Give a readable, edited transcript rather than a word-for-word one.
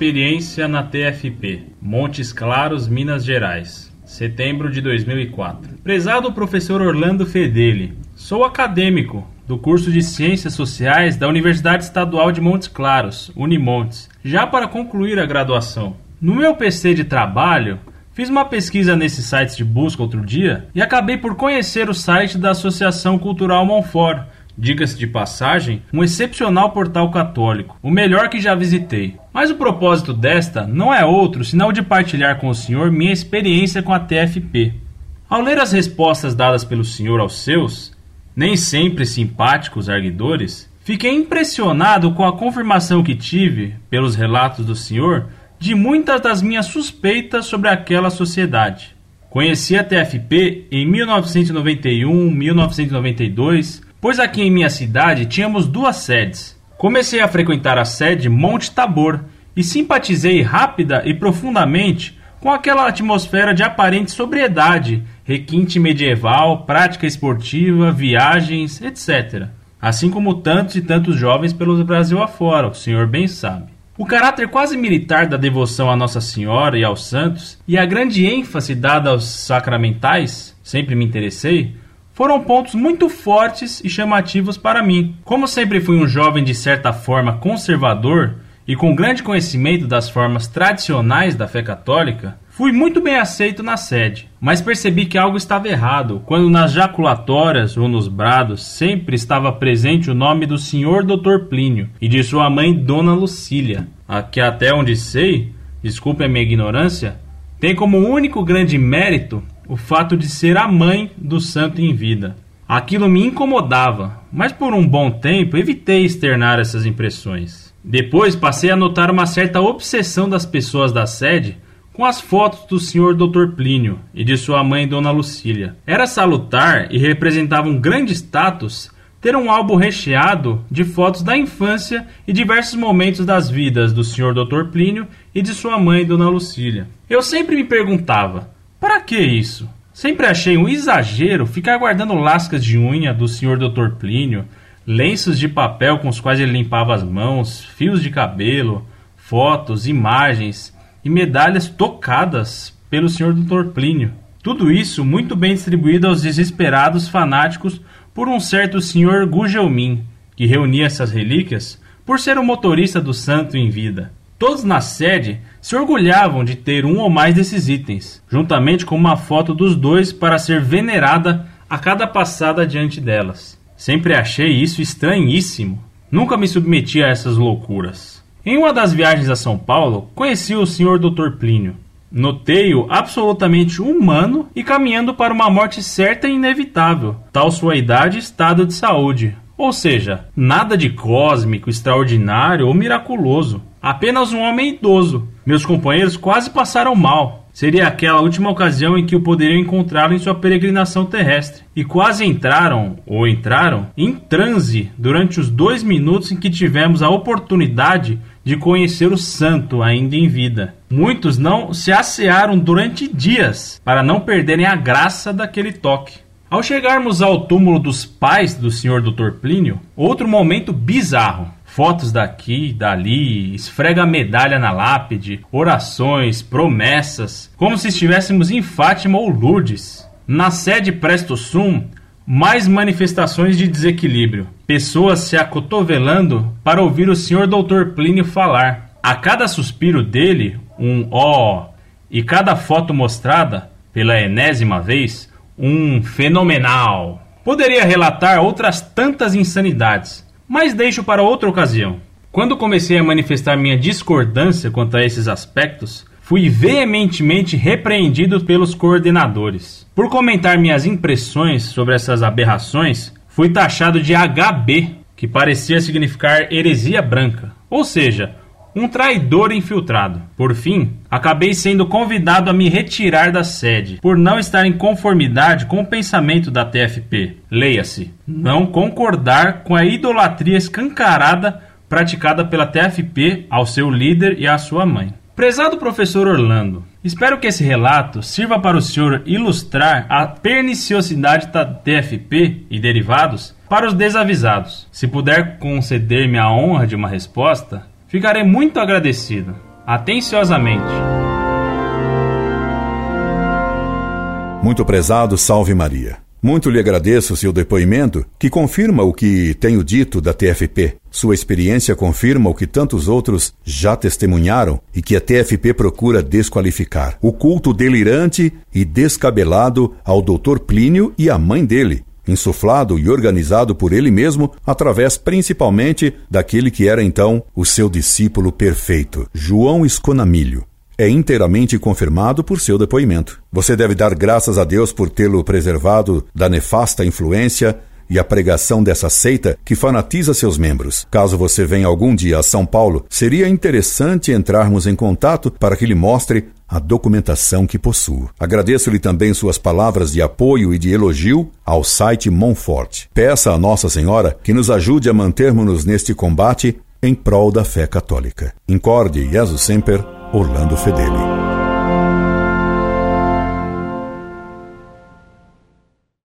experiência na TFP, Montes Claros, Minas Gerais, setembro de 2004. Prezado professor Orlando Fedeli, sou acadêmico do curso de Ciências Sociais da Universidade Estadual de Montes Claros, Unimontes, já para concluir a graduação. No meu PC de trabalho, fiz uma pesquisa nesses sites de busca outro dia e acabei por conhecer o site da Associação Cultural Monfort. Diga-se de passagem, um excepcional portal católico, o melhor que já visitei. Mas o propósito desta não é outro senão o de partilhar com o senhor minha experiência com a TFP. Ao ler as respostas dadas pelo senhor aos seus, nem sempre simpáticos arguidores, fiquei impressionado com a confirmação que tive, pelos relatos do senhor, de muitas das minhas suspeitas sobre aquela sociedade. Conheci a TFP em 1991, 1992, pois aqui em minha cidade tínhamos duas sedes. Comecei a frequentar a sede Monte Tabor e simpatizei rápida e profundamente com aquela atmosfera de aparente sobriedade, requinte medieval, prática esportiva, viagens, etc. Assim como tantos e tantos jovens pelo Brasil afora, o senhor bem sabe. O caráter quase militar da devoção a Nossa Senhora e aos santos e a grande ênfase dada aos sacramentais, sempre me interessei, foram pontos muito fortes e chamativos para mim. Como sempre fui um jovem de certa forma conservador e com grande conhecimento das formas tradicionais da fé católica, fui muito bem aceito na sede, mas percebi que algo estava errado quando nas jaculatórias ou nos brados sempre estava presente o nome do senhor Dr. Plínio e de sua mãe Dona Lucília, a que até onde sei, desculpe a minha ignorância, tem como único grande mérito o fato de ser a mãe do santo em vida. Aquilo me incomodava, mas por um bom tempo evitei externar essas impressões. Depois passei a notar uma certa obsessão das pessoas da sede com as fotos do senhor Dr. Plínio e de sua mãe Dona Lucília. Era salutar e representava um grande status ter um álbum recheado de fotos da infância e diversos momentos das vidas do senhor Dr. Plínio e de sua mãe Dona Lucília. Eu sempre me perguntava, para que isso? Sempre achei um exagero ficar guardando lascas de unha do senhor Dr. Plínio, lenços de papel com os quais ele limpava as mãos, fios de cabelo, fotos, imagens e medalhas tocadas pelo senhor Dr. Plínio. Tudo isso muito bem distribuído aos desesperados fanáticos por um certo senhor Gugelmin, que reunia essas relíquias por ser o motorista do santo em vida. Todos na sede se orgulhavam de ter um ou mais desses itens, juntamente com uma foto dos dois para ser venerada a cada passada diante delas. Sempre achei isso estranhíssimo. Nunca me submeti a essas loucuras. Em uma das viagens a São Paulo, conheci o senhor Dr. Plínio. Notei-o absolutamente humano e caminhando para uma morte certa e inevitável, tal sua idade e estado de saúde. Ou seja, nada de cósmico, extraordinário ou miraculoso. Apenas um homem idoso. Meus companheiros quase passaram mal. Seria aquela última ocasião em que o poderiam encontrá-lo em sua peregrinação terrestre. E quase entraram em transe durante os 2 minutos em que tivemos a oportunidade de conhecer o santo ainda em vida. Muitos não se assearam durante dias para não perderem a graça daquele toque. Ao chegarmos ao túmulo dos pais do senhor Dr. Plínio, outro momento bizarro. Fotos daqui, dali, esfrega a medalha na lápide, orações, promessas, como se estivéssemos em Fátima ou Lourdes. Na sede Presto Sum, mais manifestações de desequilíbrio. Pessoas se acotovelando para ouvir o senhor Dr. Plínio falar. A cada suspiro dele, um ó, e cada foto mostrada, pela enésima vez, um fenomenal. Poderia relatar outras tantas insanidades, mas deixo para outra ocasião. Quando comecei a manifestar minha discordância quanto a esses aspectos, fui veementemente repreendido pelos coordenadores. Por comentar minhas impressões sobre essas aberrações, fui taxado de HB, que parecia significar heresia branca, ou seja, um traidor infiltrado. Por fim, acabei sendo convidado a me retirar da sede, por não estar em conformidade com o pensamento da TFP. Leia-se, não concordar com a idolatria escancarada praticada pela TFP ao seu líder e à sua mãe. Prezado professor Orlando, espero que esse relato sirva para o senhor ilustrar a perniciosidade da TFP e derivados para os desavisados. Se puder conceder-me a honra de uma resposta, ficarei muito agradecido. Atenciosamente. Muito prezado, salve Maria. Muito lhe agradeço seu depoimento, que confirma o que tenho dito da TFP. Sua experiência confirma o que tantos outros já testemunharam e que a TFP procura desqualificar. O culto delirante e descabelado ao Dr. Plínio e à mãe dele, insuflado e organizado por ele mesmo, através principalmente daquele que era então o seu discípulo perfeito, João Esconamilho. É inteiramente confirmado por seu depoimento. Você deve dar graças a Deus por tê-lo preservado da nefasta influência e a pregação dessa seita que fanatiza seus membros. Caso você venha algum dia a São Paulo, seria interessante entrarmos em contato para que lhe mostre a documentação que possuo. Agradeço-lhe também suas palavras de apoio e de elogio ao site Monfort. Peça a Nossa Senhora que nos ajude a mantermos-nos neste combate em prol da fé católica. Incorde Jesus Semper, Orlando Fedeli.